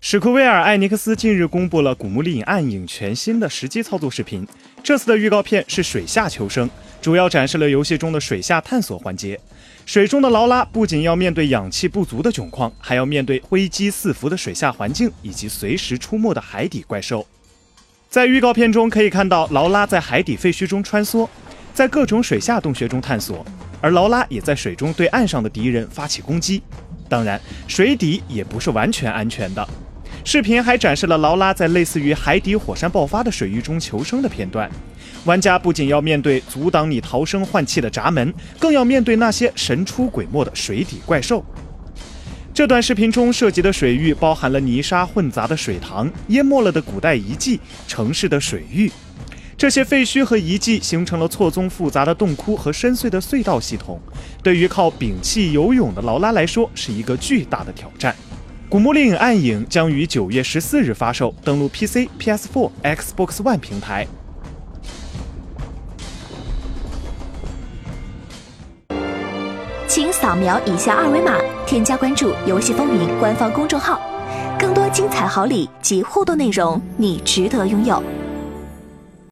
史库威尔艾尼克斯近日公布了《古墓丽影：暗影》全新的实际操作视频。这次的预告片是水下求生，主要展示了游戏中的水下探索环节。水中的劳拉不仅要面对氧气不足的窘况，还要面对灰机四伏的水下环境以及随时出没的海底怪兽。在预告片中可以看到劳拉在海底废墟中穿梭，在各种水下洞穴中探索，而劳拉也在水中对岸上的敌人发起攻击。当然，水底也不是完全安全的。视频还展示了劳拉在类似于海底火山爆发的水域中求生的片段。玩家不仅要面对阻挡你逃生换气的闸门，更要面对那些神出鬼没的水底怪兽。这段视频中涉及的水域包含了泥沙混杂的水塘、淹没了的古代遗迹、城市的水域。这些废墟和遗迹形成了错综复杂的洞窟和深邃的隧道系统，对于靠屏气游泳的劳拉来说是一个巨大的挑战。古墓丽影：暗影将于9月14日发售，登陆 PC、PS4、Xbox One 平台。 请扫描以下二维码，添加关注“游戏风云”官方公众号，更多精彩好礼及互动内容，你值得拥有。